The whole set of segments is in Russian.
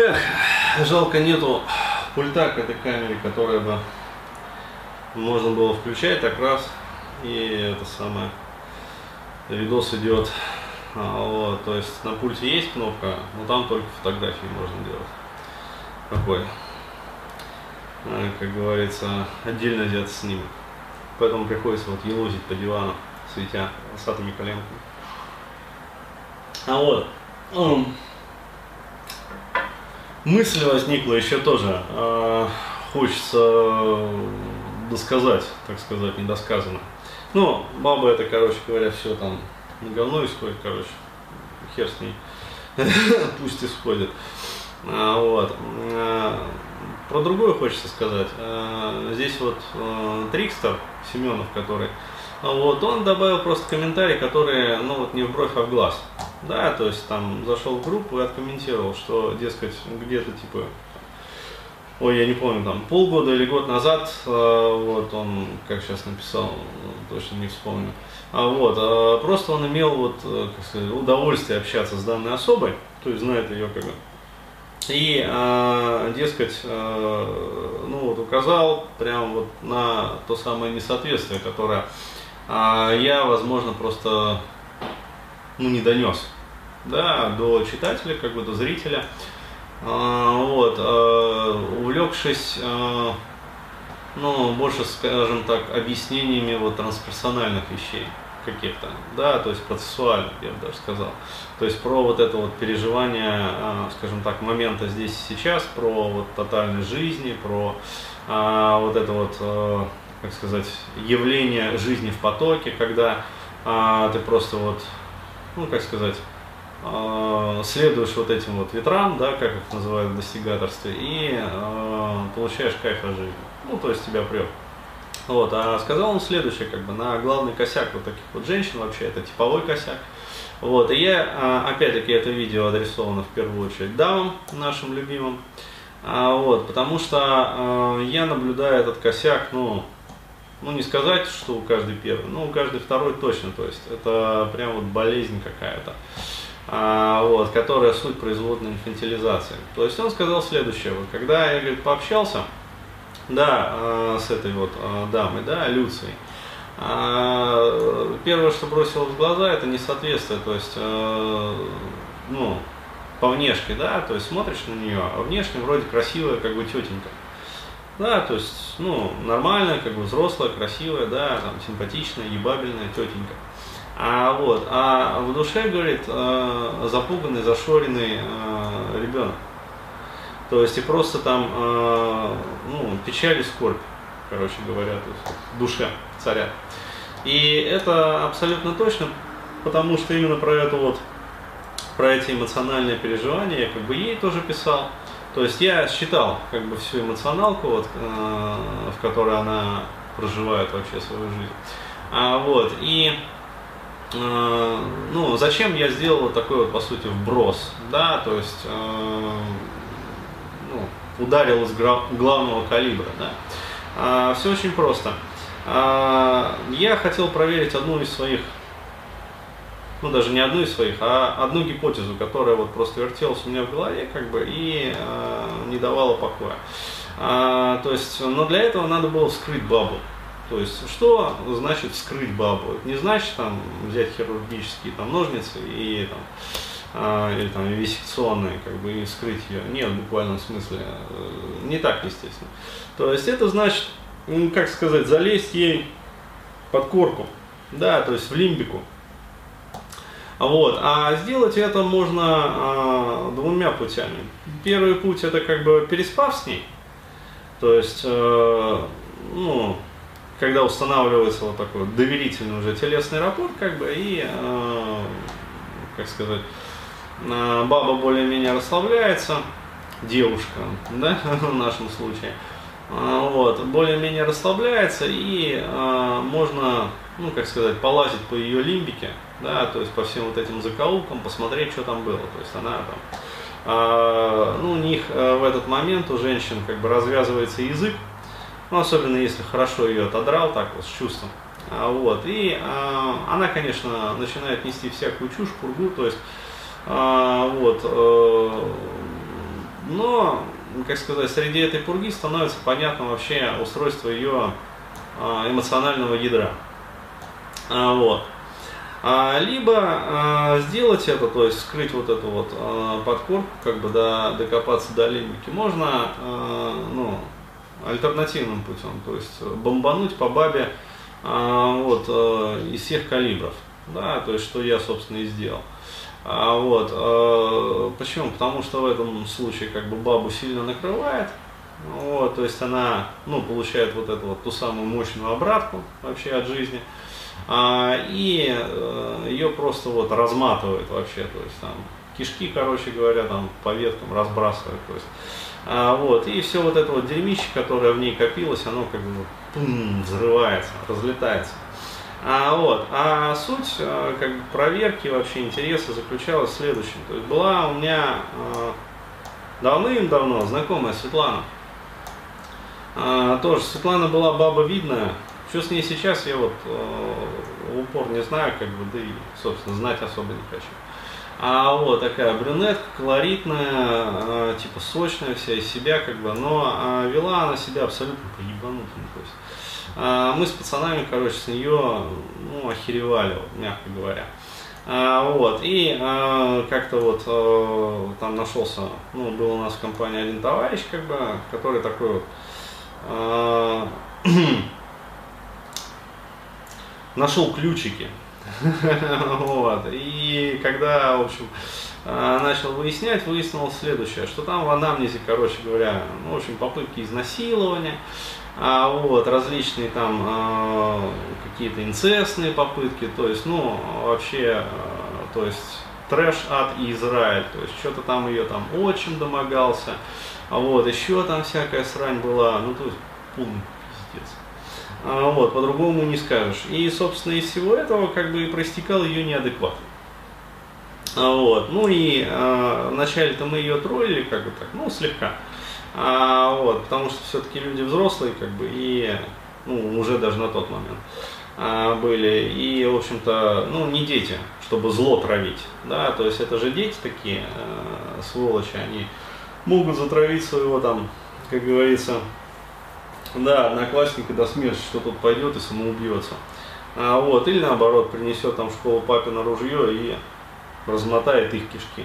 Эх, жалко нету пульта к этой камере, которая бы можно было включать так раз, и это самое, видос идет. Вот, то есть на пульте есть кнопка, но там только фотографии можно делать. Такой, как говорится, отдельно взят снимок. Поэтому приходится вот елозить по дивану, светя волосатыми коленками. Мысль возникла еще тоже. Хочется досказать, так сказать, недосказанно. Ну, баба это, короче говоря, все там на говно исходит, короче. Хер с ней. Пусть исходит. Вот. Про другое хочется сказать. Здесь вот Трикстер Семенов, который, вот, он добавил просто комментарий, который, ну вот, не в бровь, а в глаз. Да, то есть там зашел в группу и откомментировал, что, дескать, где-то типа, ой, я не помню, там полгода или год назад, вот он, как сейчас написал, точно не вспомню, просто он имел вот, как сказать, удовольствие общаться с данной особой, то есть знает ее как бы, и, дескать, ну вот указал прям вот на то самое несоответствие, которое я, возможно, просто, ну, не донес, да, до читателя, как бы до зрителя, вот, увлекшись, ну, больше, скажем так, объяснениями вот трансперсональных вещей каких-то, да, то есть процессуальных, я бы даже сказал, то есть про вот это вот переживание, скажем так, момента здесь и сейчас, про вот тотальной жизни, про вот это вот, как сказать, явление жизни в потоке, когда ты просто вот, ну, как сказать, следуешь вот этим вот ветрам, да, как их называют в достигаторстве, и получаешь кайф от жизни, ну, то есть тебя прет. Вот, а сказал он следующее, как бы, на главный косяк вот таких вот женщин, вообще это типовой косяк. Вот, и я, опять-таки, это видео адресовано в первую очередь дамам, нашим любимым, вот, потому что я наблюдаю этот косяк, ну, не сказать, что у каждой первой, но у каждой второй точно, то есть это прям вот болезнь какая-то, вот, которая суть производной инфантилизации. То есть он сказал следующее, вот, когда я, говорит, пообщался, да, с этой вот дамой, да, Люцией, первое, что бросилось в глаза, это несоответствие, то есть, ну, по внешке, да, то есть смотришь на нее, а внешне вроде красивая, как бы, тетенька. Да, то есть, ну, нормальная, как бы взрослая, красивая, да, там, симпатичная, ебабельная тетенька. А в душе, говорит, запуганный, зашоренный ребенок. То есть, и просто там, ну, печаль и скорбь, короче говоря, то есть, в душе царят. И это абсолютно точно, потому что именно про это вот, про эти эмоциональные переживания я как бы ей тоже писал. То есть я считал как бы всю эмоционалку, вот, в которой она проживает вообще свою жизнь. Ну, зачем я сделал вот такой вот, по сути, вброс, да, то есть, ну, ударил из главного калибра, да. Все очень просто. Я хотел проверить одну из своих, ну, даже не одну из своих, а одну гипотезу, которая вот просто вертелась у меня в голове, как бы, и не давала покоя. То есть, но для этого надо было вскрыть бабу. То есть, что значит вскрыть бабу? Это не значит там взять хирургические там ножницы и там, или там вивисекционные, как бы, и вскрыть ее. Нет, в буквальном смысле, не так, естественно. То есть, это значит, как сказать, залезть ей под корку, да, то есть в лимбику. Вот. А сделать это можно двумя путями. Первый путь — это как бы переспав с ней, то есть, ну, когда устанавливается вот такой вот доверительный уже телесный рапорт, как бы, и, как сказать, баба более-менее расслабляется, девушка, да, в нашем случае, вот, более-менее расслабляется, и можно, ну, как сказать, полазить по ее лимбике, да, то есть по всем вот этим закоулкам, посмотреть, что там было. То есть она там, ну, у них в этот момент у женщин как бы развязывается язык, ну, особенно если хорошо ее отодрал, так вот, с чувством. Вот, и она, конечно, начинает нести всякую чушь, пургу, то есть, вот, но, как сказать, среди этой пурги становится понятно вообще устройство ее эмоционального ядра. Вот. Либо сделать это, то есть скрыть вот эту вот подкорку, как бы докопаться до лимбики, можно ну, альтернативным путем, то есть бомбануть по бабе вот, из всех калибров, да, то есть что я, собственно, и сделал. Вот, почему? Потому что в этом случае как бы бабу сильно накрывает, вот, то есть она, ну, получает вот эту вот ту самую мощную обратку вообще от жизни, и ее просто вот разматывает вообще, то есть там кишки, короче говоря, там по веткам разбрасывает, то есть, вот, и все вот это вот дерьмище, которое в ней копилось, оно как бы пум, взрывается, разлетается. Вот. А суть как бы проверки, вообще интереса заключалась в следующем. То есть была у меня давным-давно знакомая Светлана. Тоже Светлана была баба видная. Что с ней сейчас, я вот в упор не знаю, как бы, да и, собственно, знать особо не хочу. Вот такая брюнетка, колоритная, типа сочная вся из себя, как бы, но вела она себя абсолютно по-ебанутому. То есть мы с пацанами, короче, с нее, ну, охеревали, вот, мягко говоря. Вот, и как-то вот там нашелся, ну, был у нас в компании один товарищ, как бы, который такой вот нашел ключики. Вот, и когда, в общем, начал выяснять, выяснилось следующее, что там в анамнезе, короче говоря, ну, в общем, попытки изнасилования, вот, различные там какие-то инцестные попытки, то есть, ну, вообще, то есть, трэш, ад и Израиль, то есть, что-то там ее там отчим домогался, вот, еще там всякая срань была, ну, то есть, полный пиздец. Вот, по-другому не скажешь. И, собственно, из всего этого, как бы, и проистекал ее неадекват. Вот, ну и вначале-то мы ее троллили, как бы так, ну, слегка. Вот, потому что все-таки люди взрослые, как бы, и, ну, уже даже на тот момент были, и, в общем-то, ну, не дети, чтобы зло травить, да, то есть это же дети такие, сволочи, они могут затравить своего там, как говорится, да, одноклассника до смерти, что тут пойдет и самоубьется, вот, или наоборот, принесет там в школу папино ружье и размотает их кишки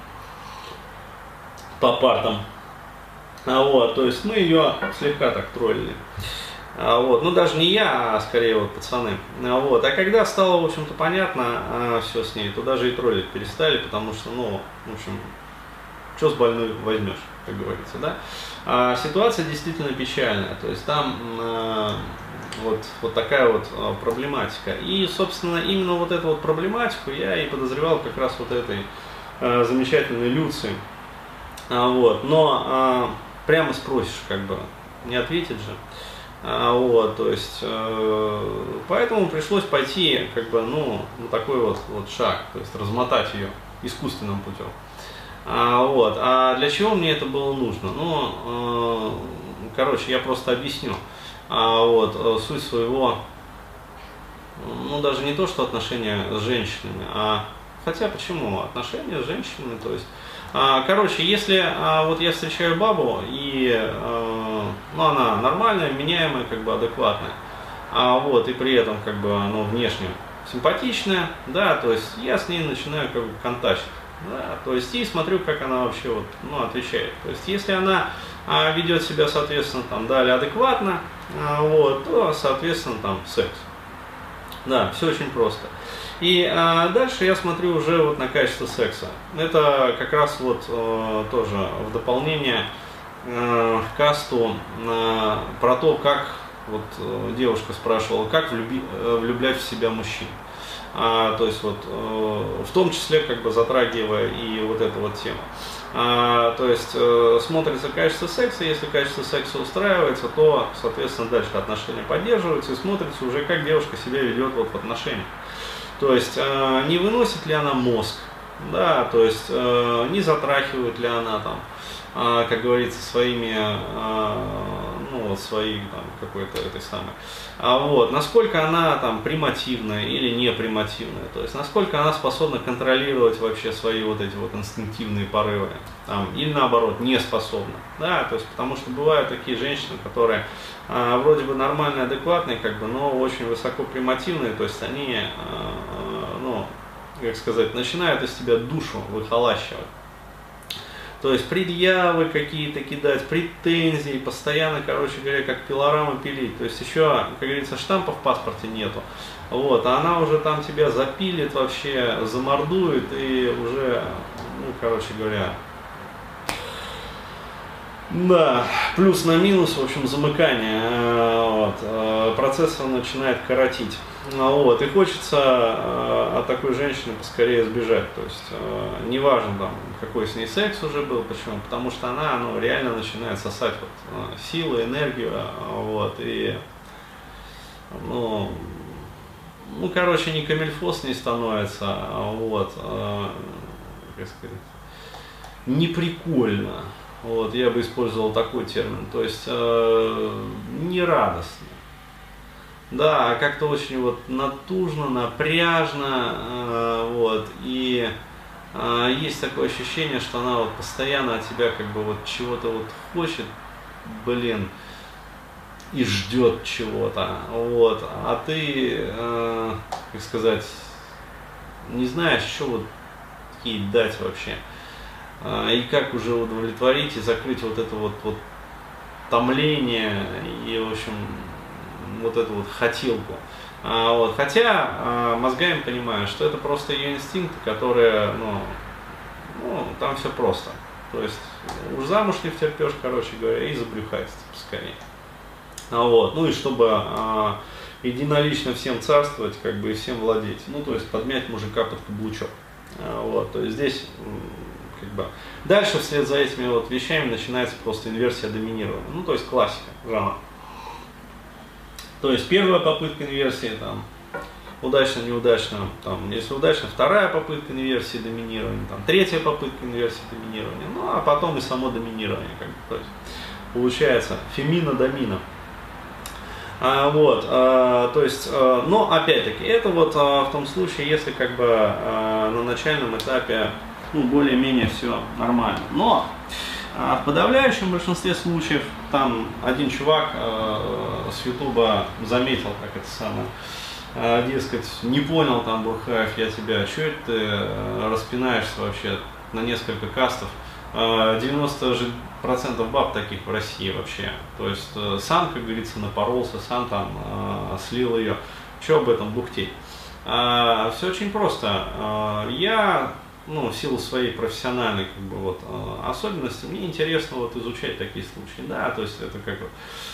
по партам. Вот, то есть мы ее слегка так троллили. Вот, ну даже не я, а скорее вот пацаны. Вот, а когда стало, в общем-то, понятно все с ней, то даже и троллить перестали, потому что, ну, в общем, что с больной возьмешь, как говорится, да. Ситуация действительно печальная, то есть там вот такая вот проблематика. И, собственно, именно вот эту вот проблематику я и подозревал как раз вот этой замечательной Люции. Вот, но прямо спросишь, как бы, не ответит же. Вот, то есть, поэтому пришлось пойти, как бы, ну, на такой вот шаг, то есть размотать ее искусственным путем. Вот, а для чего мне это было нужно? Ну, короче, я просто объясню. Вот, суть своего, ну, даже не то, что отношения с женщинами, хотя почему, отношения с женщинами, то есть, короче, если вот я встречаю бабу, и ну, она нормальная, меняемая, как бы адекватная, вот, и при этом, как бы, ну, внешне симпатичная, да, то есть я с ней начинаю, как бы, контактить, да, то есть и смотрю, как она вообще вот, ну, отвечает. То есть если она ведет себя, соответственно, там, далее адекватно, вот, то, соответственно, там, секс. Да, все очень просто. И дальше я смотрю уже вот на качество секса. Это как раз вот тоже в дополнение к касту про то, как вот девушка спрашивала, как влюблять в себя мужчин. То есть вот в том числе, как бы, затрагивая и вот эту вот тему. То есть смотрится качество секса, если качество секса устраивается, то, соответственно, дальше отношения поддерживаются и смотрится уже, как девушка себя ведет вот в отношениях. То есть не выносит ли она мозг, да, то есть не затрахивает ли она там, как говорится, своими, ну, ну, вот, своей там какой-то этой самой. Вот, насколько она там примативная или не примативная, то есть насколько она способна контролировать вообще свои вот эти вот инстинктивные порывы, там, или наоборот не способна, да, то есть потому что бывают такие женщины, которые вроде бы нормальные, адекватные, как бы, но очень высоко примативные, то есть они, ну, как сказать, начинают из тебя душу выхолащивать. То есть предъявы какие-то кидать, претензии, постоянно, короче говоря, как пилорамы пилить. То есть еще, как говорится, штампа в паспорте нету. Вот, а она уже там тебя запилит вообще, замордует и уже, ну, короче говоря, да, плюс на минус, в общем, замыкание, вот, процессор начинает коротить. Вот, и хочется от такой женщины поскорее сбежать, то есть неважно там, какой с ней секс уже был, почему, потому что она, ну, реально начинает сосать вот, силы, энергию, вот, и, ну, короче, не камильфо с ней становится, вот, как сказать, неприкольно. Вот, я бы использовал такой термин, то есть нерадостно. Да, как-то очень вот натужно, напряжно, вот, и есть такое ощущение, что она вот постоянно от тебя как бы вот чего-то вот хочет, блин, и ждет чего-то, вот, а ты, как сказать, не знаешь, что вот ей дать вообще. И как уже удовлетворить и закрыть вот это вот томление и, в общем, вот эту вот хотелку. Вот. Хотя мозгами понимаю, что это просто ее инстинкты, которые, ну, там все просто. То есть уж замуж не втерпешь, короче говоря, и забрюхать поскорее. Вот. Ну и чтобы единолично всем царствовать, как бы и всем владеть. Ну, то есть подмять мужика под каблучок. Вот. То есть здесь как бы дальше вслед за этими вот вещами начинается просто инверсия доминирования. Ну, то есть классика жанра. То есть первая попытка инверсии, там, удачно, неудачно, там, если удачно, вторая попытка инверсии доминирования, там, третья попытка инверсии доминирования, ну, а потом и само доминирование, как бы, то есть, получается, фемина-домина. Вот, то есть, но опять-таки, это вот в том случае, если как бы на начальном этапе, ну, более-менее все нормально. Но в подавляющем большинстве случаев там один чувак с Ютуба заметил, как это самое, дескать, не понял там, Бурхаев, я тебя, что это ты распинаешься вообще на несколько кастов? 90% баб таких в России вообще. То есть сам, как говорится, напоролся, сам там слил ее. Что об этом бухтеть? Все очень просто. Я, ну, в силу своей профессиональной как бы, вот, особенности, мне интересно вот изучать такие случаи. Да, то есть это как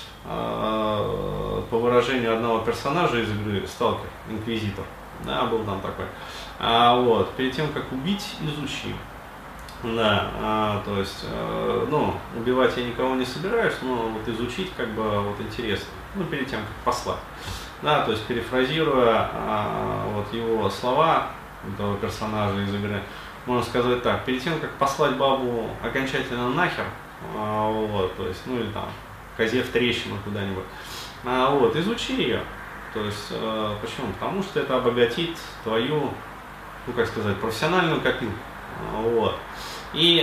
по выражению одного персонажа из игры Сталкер, Инквизитор. Да, был там такой. Вот, перед тем, как убить, изучи. Да, то есть, ну, убивать я никого не собираюсь, но вот изучить как бы вот интересно, ну, перед тем, как послать. Да, то есть, перефразируя вот его слова, этого персонажа из игры, можно сказать так: перед тем, как послать бабу окончательно нахер, вот, то есть, ну, или там, козе в трещину куда-нибудь, вот, изучи ее. То есть, почему? Потому что это обогатит твою, ну, как сказать, профессиональную копилку. Вот. И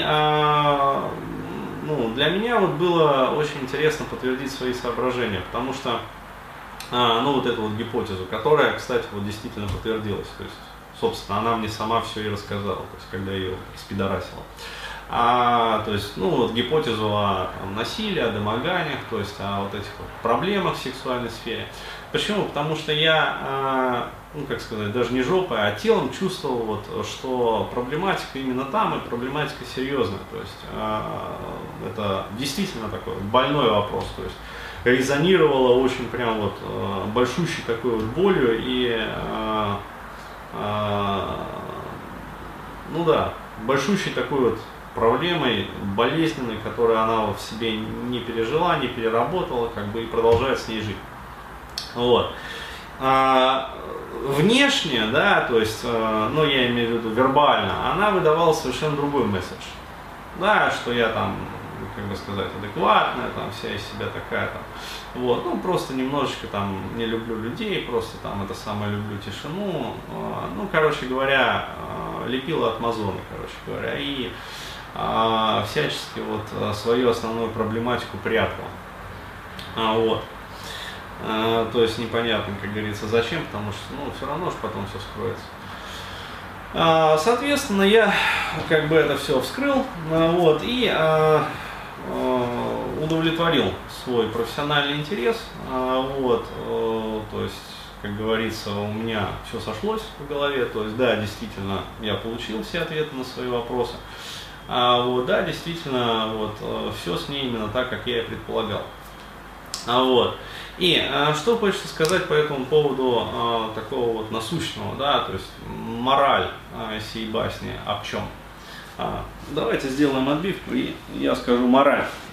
ну, для меня вот было очень интересно подтвердить свои соображения, потому что, ну, вот эту вот гипотезу, которая, кстати, вот действительно подтвердилась, то есть, собственно, она мне сама все и рассказала, то есть, когда я ее распидорасила. То есть, ну, вот гипотезу о там, насилии, о домоганиях, то есть, о вот этих вот проблемах в сексуальной сфере. Почему? Потому что я, ну, как сказать, даже не жопой, а телом чувствовал, вот, что проблематика именно там, и проблематика серьезная. То есть, это действительно такой больной вопрос. То есть, резонировало очень прям вот большущей такой вот болью и, ну да, большущей такой вот проблемой, болезненной, которую она вот в себе не пережила, не переработала, как бы, и продолжает с ней жить. Вот. Внешне, да, то есть, ну, я имею в виду вербально, она выдавала совершенно другой месседж. Да, что я там как бы сказать, адекватная, там, вся из себя такая, там, вот, ну, просто немножечко, там, не люблю людей, просто, там, это самое, люблю тишину, ну, короче говоря, лепила от Амазона, короче говоря, и всячески вот свою основную проблематику прятал, вот. То есть непонятно, как говорится, зачем, потому что, ну, все равно же потом все скроется. Соответственно, я как бы это все вскрыл, вот, и удовлетворил свой профессиональный интерес, вот, то есть, как говорится, у меня все сошлось в голове, то есть, да, действительно, я получил все ответы на свои вопросы, вот, да, действительно, вот, все с ней именно так, как я и предполагал, вот. И что хочется сказать по этому поводу такого вот насущного, да, то есть мораль сей басни об чем. Давайте сделаем отбивку, и я скажу мораль.